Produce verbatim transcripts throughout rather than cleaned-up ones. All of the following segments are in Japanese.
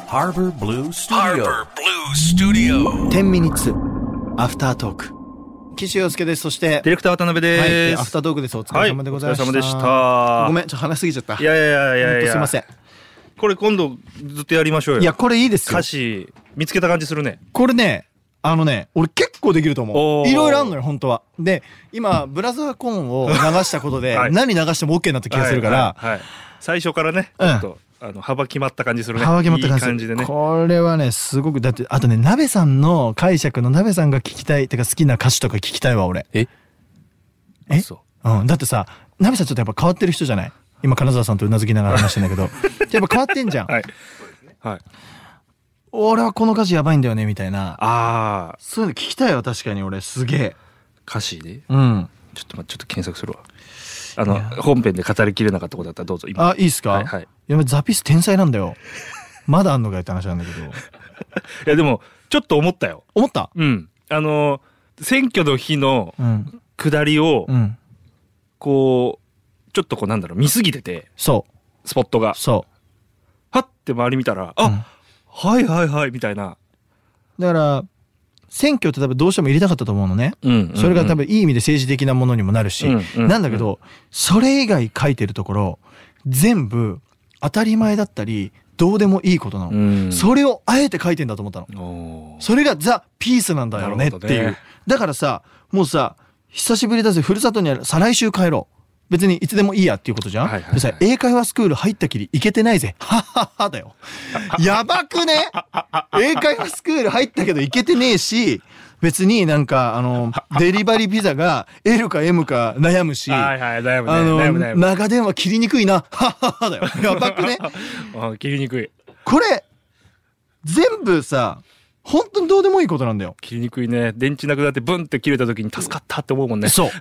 Harbor Blue Studio. Harbor Blue Studio. テンミニッツアフタートーク。岸洋介です。そしてディレクター渡辺です、 はい、アフタートークです。お疲れ様でございました。 はい、お疲れ様でした。 ごめん、ちょっと話しすぎちゃった。 いやいやいやいやいや、 すいません。 これ今度ずっとやりましょうよ。 いやこれいいですよ。 歌詞見つけた感じするね。 これね、あのね、俺結構できると思う。いろいろあんのよ本当は。で今ブラザーコーンを流したことで、はい、何流しても OK になった気がするから、はいはいはい、 最初からねちょっと、うんあの幅決まった感じするね。 幅決まった感じ。 いい感じでね。 これはねすごく、だってあとね、鍋さんの解釈の鍋さんが聞きたいてか好きな歌詞とか聞きたいわ俺。 ええそう、うん、だってさ鍋さんちょっとやっぱ変わってる人じゃない。今金沢さんとうなずきながら話してんだけどやっぱ変わってんじゃん。 はい、はい、 俺はこの歌詞やばいんだよねみたいな。 ああそういうの聞きたいわ。確かに俺すげえ歌詞で、 うん、 ちょっと待って、ちょっと検索するわ。あの本編で語りきれなかったことだったらどうぞ今。 あ、いいっすか。はい、はい、いやザピス天才なんだよまだあんのかよって話なんだけどいやでもちょっと思ったよ。 思った。 うんあの選挙の日の下りを、うん、こうちょっとこうなんだろう見すぎてて、 そうスポットがそうはって周り見たらあ、うん、はいはいはいみたいな。 だから選挙って多分どうしても入れたかったと思うのね、うんうんうん、それが多分いい意味で政治的なものにもなるし、うんうんうん、なんだけどそれ以外書いてるところ全部当たり前だったりどうでもいいことなの、うん、それをあえて書いてんだと思ったの。それがザ・ピースなんだよねっていう、ね、だからさもうさ久しぶりだぜ、ふるさとにある、再来週帰ろう、別にいつでもいいやっていうことじゃん、はいはいはい、でさ英会話スクール入ったきり行けてないぜはっはっはだよやばくね英会話スクール入ったけど行けてねえし、別になんかあのデリバリーピザが エル か エム か悩むし、はいはい悩むね、あの悩む悩む長電話切りにくいなはっはっはだよやばくねあ切りにくい。 これ全部さ本当にどうでもいいことなんだよ。 切りにくいね。電池なくなってブンって切れた時に助かったって思うもんね。 そう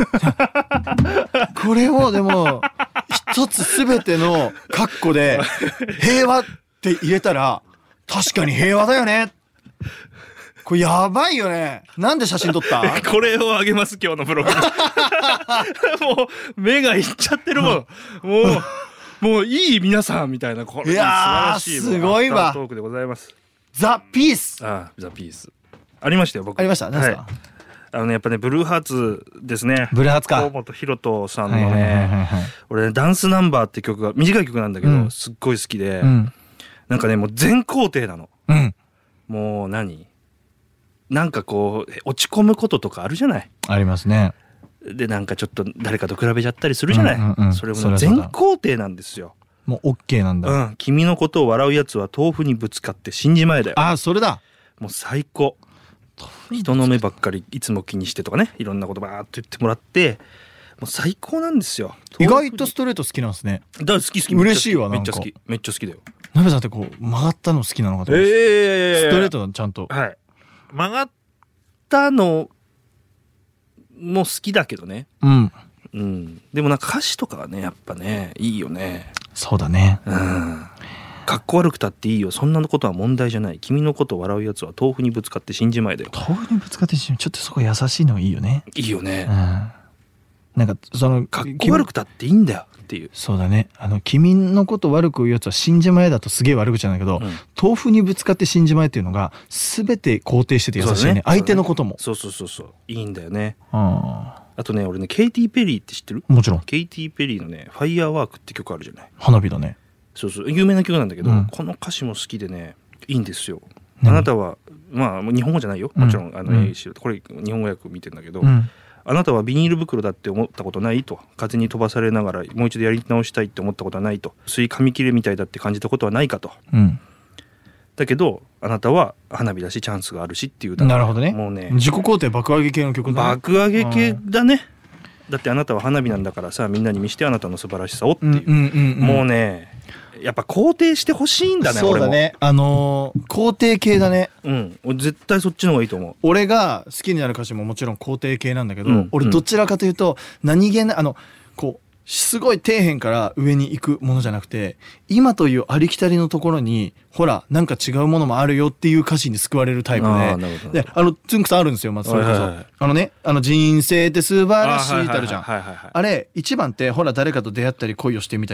これをでも一つ全てのカッコで平和って入れたら確かに平和だよね。これやばいよね。なんで写真撮ったこれをあげます今日のブログにもう目がいっちゃってるもんもうもういい皆さんみたいな。これいやーすごいわ。 トークでございます。 ザ・ピース。 ああザ・ピースありましたよ僕。 ありました。何ですか、 はい、あのねやっぱねブルーハーツですね。 ブルーハーツか。 河本大翔さんのね、はいはいはいはい、俺ねダンスナンバーって曲が短い曲なんだけど、うん、すっごい好きで、うん、なんかねもう全工程なの、うん、もう何なんかこう落ち込むこととかあるじゃない。 ありますね。 でなんかちょっと誰かと比べちゃったりするじゃない、うんうんうん、それも全工程なんですよ。 もう OK なんだ、 うん、君のことを笑うやつは豆腐にぶつかって死んじまえだよ。 ああそれだ。 もう最高。人の目ばっかりいつも気にしてとかね、いろんなことばーっと言ってもらってもう最高なんですよ。 意外とストレート好きなんですね。 だから好き好き。 嬉しいわ。 めっちゃ好きめっちゃ好きだよ。 なべさんってこう曲がったの好きなのかと思って、えー、ストレートちゃんと、 はい、曲がったのも好きだけどね、うんうん、でもなんか歌詞とかはねやっぱねいいよね。 そうだね、うん、 かっこ悪くたっていいよ、そんなことは問題じゃない、君のことを笑うやつは豆腐にぶつかって死んじまえだよ。 豆腐にぶつかって死んじまえ、ちょっとそこ優しいのいいよね。 いいよね、 うん、なんかそのかっこ悪くたっていいんだよっていう。 そうだね、あの君のこと悪く言うやつは死んじまえだとすげえ悪口なんだけど、うん、豆腐にぶつかって死んじまえっていうのが全て肯定してて優しい ね, ね相手のことも。 そうそうそうそういいんだよね。ああとね俺ねケイティ・ペリーって知ってる？ もちろん。 ケイティ・ペリーのねファイヤーワークって曲あるじゃない。 花火だね。 そうそう有名な曲なんだけど、うん、この歌詞も好きでねいいんですよ。あなたはまあ日本語じゃないよもちろん、うん、あの、うん、これ日本語訳見てんだけど、うん、あなたはビニール袋だって思ったことないと、風に飛ばされながらもう一度やり直したいって思ったことはないと、薄い紙切れみたいだって感じたことはないかと、うん、だけどあなたは花火だしチャンスがあるしっていう歌。 なるほどね。 もうね自己肯定爆上げ系の曲だね。 爆上げ系だね。だってあなたは花火なんだからさみんなに見してあなたの素晴らしさをっていう、うんうんうんうん、もうねやっぱ肯定してほしいんだね。 そうだね、あのー、肯定系だね。 うん俺絶対そっちの方がいいと思う。 俺が好きになる歌詞ももちろん肯定系なんだけど、うん、俺どちらかというと何気ないあのこうすごい底辺から上に行くものじゃなくて今というありきたりのところにほらなんか違うものもあるよっていう歌詞に救われるタイプで、であのつんくさんあるんですよまずそれこそ、はいはいはい、あのねあの人生って素晴らしいってあるじゃん。あれ一番ってほら誰かと出会ったり恋をしてみたり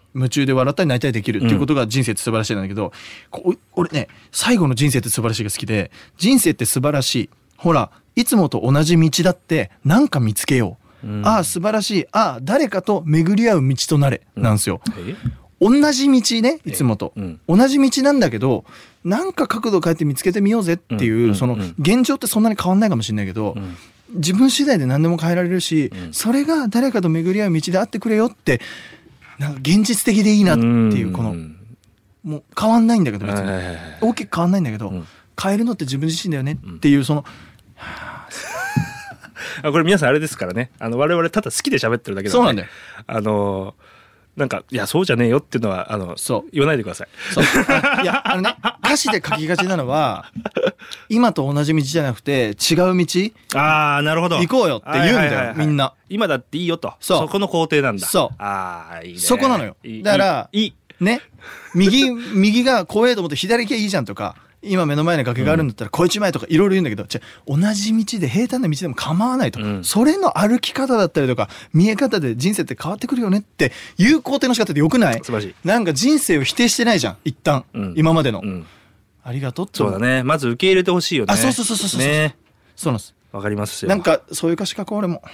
夢中で笑ったり泣いたりできるっていうことが人生って素晴らしいなんだけど、こう俺ね最後の人生って素晴らしいが好きで、人生って素晴らしい、ほらいつもと同じ道だってなんか見つけよう、うん、ああ素晴らしい、ああ誰かと巡り合う道となれ、うん、なんですよ。同じ道ね、いつもと、うん、同じ道なんだけどなんか角度変えて見つけてみようぜっていう、うん、その現状ってそんなに変わんないかもしれないけど、うん、自分次第で何でも変えられるし、うん、それが誰かと巡り合う道であってくれよって、なんか現実的でいいなっていう、このもう変わんないんだけど別に大きく変わんないんだけど、うん、変えるのって自分自身だよねっていう、その、 あこれ皆さんあれですからね、あの我々ただ好きで喋ってるだけなんで、 そうなんだよ。 あのなんかいやそうじゃねえよっていうのはあのそう言わないでください。 そういやあのね歌詞で書きがちなのは今と同じ道じゃなくて違う道、 ああなるほど、 行こうよって言うんだよ、はいはいはいはい、みんな今だっていいよと、 そうそこの肯定なんだ。 そうああいいね、 そこなのよ。だからいいね右右が怖えと思って左行けばいいじゃんとか、今目の前に崖があるんだったら越えちまえとかいろいろ言うんだけど、じゃ同じ道で平坦な道でも構わないと、うん、それの歩き方だったりとか見え方で人生って変わってくるよねっていう肯定の仕方でよくない？ 素晴らしい。 なんか人生を否定してないじゃん一旦、うん、今までの、うん、ありがとうって。 そうだね、まず受け入れてほしいよね。 あそうそうそうそうそう、ね、そうなんです。 わかりますよ。 なんかそういう歌詞書こう俺も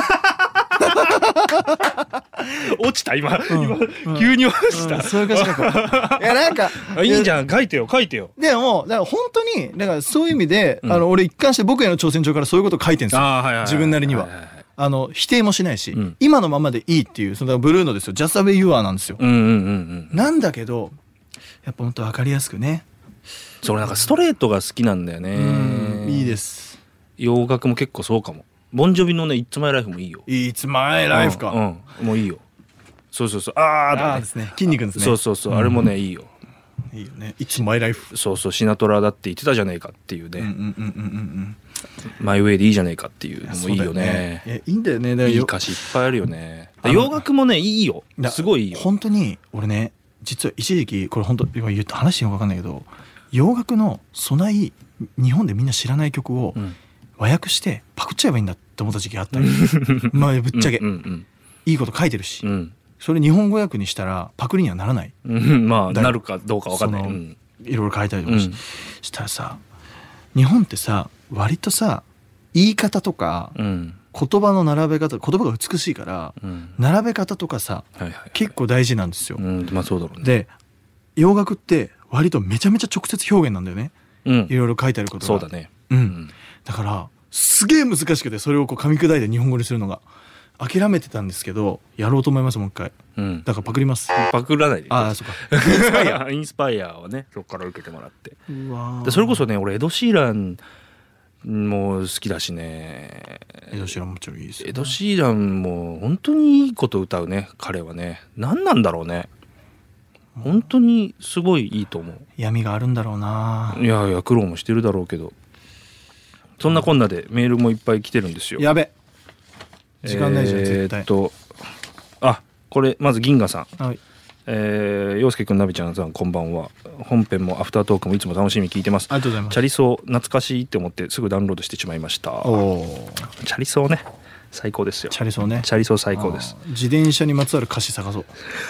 落ちた今、うん、今、うん、急に落ちた、 うん、そういう歌詞書こういやなんかいいじゃん、書いてよ書いてよ。 でもだから本当にだからそういう意味で、うん、あの俺一貫して僕への挑戦状からそういうことを書いてるんですよ、はいはいはい、自分なりには、はいはいはい、あの否定もしないし、うん、今のままでいいっていう、そのブルーノですよ、 Just the way you are なんですよ、うんうんうんうん、なんだけどやっぱ本当分かりやすくね、 それなんかストレートが好きなんだよね。 うんいいです。 洋楽も結構そうかも。ボンジョビのね It's My Life もいいよ。 It's My Life か、 うんうん、もういいよ。そうそうそう、あー、ね、 あーですね、筋肉ですね。 そうそうそう、あれもねいいよ。 いいよね It's My Life。 そうそう、シナトラだって言ってたじゃねえかっていうね、うんうんうんうんうんマイウェイでいいじゃねえかっていうのもいいよね。 いや、いいんだよね。だからいい歌詞いっぱいあるよね。洋楽もねいいよ、すごいいいよ。 本当に俺ね実は一時期これ本当今言って話していいのか分かんないけど、洋楽のそない日本でみんな知らない曲を和訳してパクっちゃえばいいんだって思った時期があったりまあぶっちゃけ、うんうんうん、いいこと書いてるし、うん、それ日本語訳にしたらパクリにはならない、 うん、まあなるかどうか分かんない、うん、 いろいろ書いたりとかし、うん、したらさ、日本ってさ割とさ言い方とか、うん、言葉の並べ方、言葉が美しいから、うん、並べ方とかさ、はいはいはい、結構大事なんですよ、 うんまあそうだろうね、 で洋楽って割とめちゃめちゃ直接表現なんだよね、うん、いろいろ書いてあることが。 そうだね、 うんうん、だからすげえ難しくてそれをこう噛み砕いて日本語にするのが諦めてたんですけど、やろうと思いますもう一回、うん、だからパクります。 パクらないで。 ああそうかインスパイアインスパイアをねそこから受けてもらって、うわでそれこそね俺エド・シーランも好きだしね。 エド・シーランもちろんいいですよ、ね、 エド・シーランも本当にいいこと歌うね彼はね。何なんだろうね、本当にすごいいいと思う。 闇があるんだろうな。 いやいや苦労もしてるだろうけど、そんなこんなでメールもいっぱい来てるんですよ。 やべ時間ないじゃん、えー、絶対。 えー、っとあこれまず銀河さん、はい、えー、陽介くんなべちゃんさんこんばんは。本編もアフタートークもいつも楽しみに聞いてます。 ありがとうございます。 チャリソー懐かしいって思ってすぐダウンロードしてしまいました。おチャリソーね最高ですよ。 チャリソーね、 チャリソー最高です。 自転車にまつわる歌詞探そう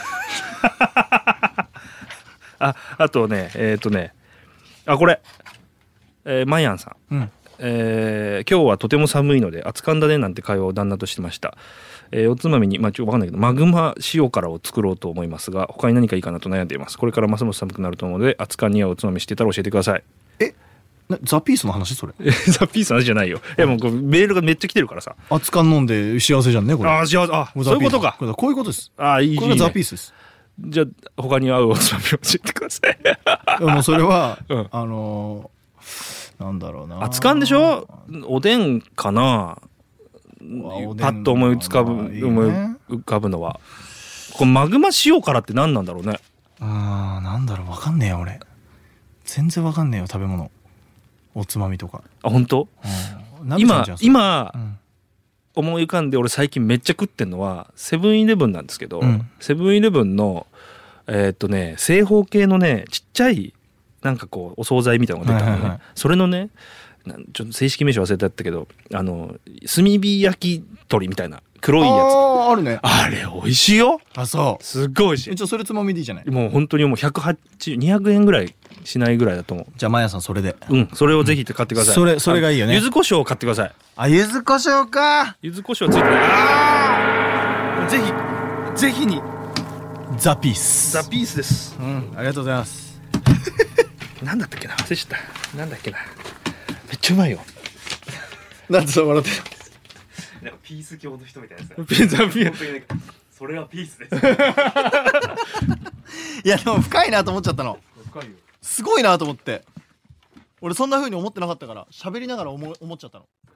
ああとねえー、っとねあこれ、えー、マヤンさん、うんえー、今日はとても寒いので熱燗だねなんて会話を旦那としてました。えー、おつまみに、まあ、ちょっと分かんないけどマグマ塩辛を作ろうと思いますが他に何かいいかなと悩んでいます。これからますます寒くなると思うので熱燗に合うおつまみしてたら教えてください。 えザ・ピースの話それザ・ピースの話じゃないよ。いやもうこうメールがめっちゃ来てるからさ。 熱燗飲んで幸せじゃんねこれ。 ああ幸せ。あそういうことか。 こういうことです。 あいい、ね、 これがザ・ピースです。 じゃあ他に合うおつまみを教えてくださいもうそれは、うん、あのー、なんだろうな熱燗でしょ。おでんかなパッと思い浮かぶ、いいね、思い浮かぶのはこれマグマ塩辛って何なんだろうね。 あーなんだろう分かんねえよ俺。全然分かんねえよ食べ物おつまみとか。 あ本当、うん、今今、うん、思い浮かんで俺最近めっちゃ食ってんのはセブンイレブンなんですけど、うん、セブンイレブンのえー、っとね正方形のねちっちゃいなんかこうお惣菜みたいなのが出たのね、はいはいはい、それのねちょっと正式名称忘れてたけどあの炭火焼き鳥みたいな黒いやつ。 ああるね。 あれ美味しいよ。 あ、そう。 すっごい美味しい。 一応それつまみでいいじゃない。 もう本当にもうひゃくはちじゅう、にひゃくえんぐらいしないぐらいだと思う。 じゃあマヤさんそれで。 うん、それをぜひ買ってください。 それそれがいいよね。 柚子胡椒を買ってください。 あ、柚子胡椒か。 柚子胡椒ついてる。ああ。ぜひぜひに。 ザピース。 ザピースです。 うん、ありがとうございます。 なんだったっけな、忘れちゃった。なんだっけな。めっちゃうまいよ。 なんでそう笑ってる。 なんかピース教の人みたいなさ。 ピザピ本当になんかそれはピースです。 いやでも深いなと思っちゃったの。 深いよ。 すごいなと思って。俺そんな風に思ってなかったから喋りながら思思っちゃったの。